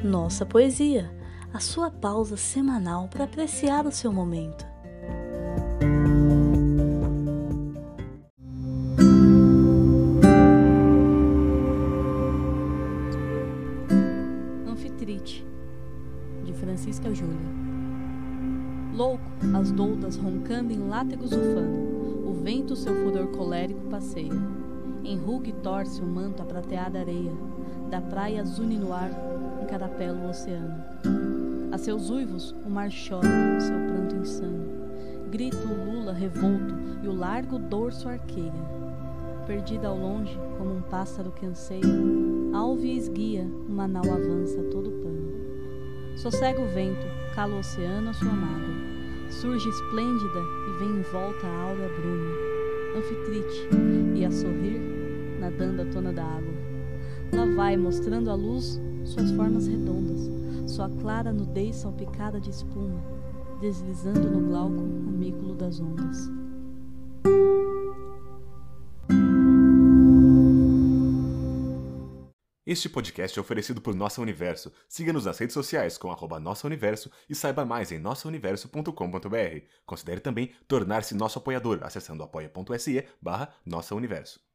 Nossa Poesia, a sua pausa semanal para apreciar o seu momento. Anfitrite, de Francisca Júlia. Louco, as doudas roncando em látegos ufano, o vento seu furor colérico passeia. Enruga e torce o manto a prateada areia, da praia zune no ar, encarapela o oceano. A seus uivos o mar chora, seu pranto insano. Grita o lula revolto e o largo dorso arqueia. Perdida ao longe, como um pássaro que anseia, alve e esguia, uma nau avança a todo pano. Sossega o vento, cala o oceano a sua mágoa. Surge esplêndida e vem em volta a áurea bruma. Anfitrite, e a sorrir, nadando à tona da água. Lá vai, mostrando à luz suas formas redondas, sua clara nudez salpicada de espuma, deslizando no glauco amículo das ondas. Este podcast é oferecido por Nossa Universo. Siga-nos nas redes sociais com @NossaUniverso e saiba mais em nossauniverso.com.br. Considere também tornar-se nosso apoiador acessando apoia.se/NossaUniverso.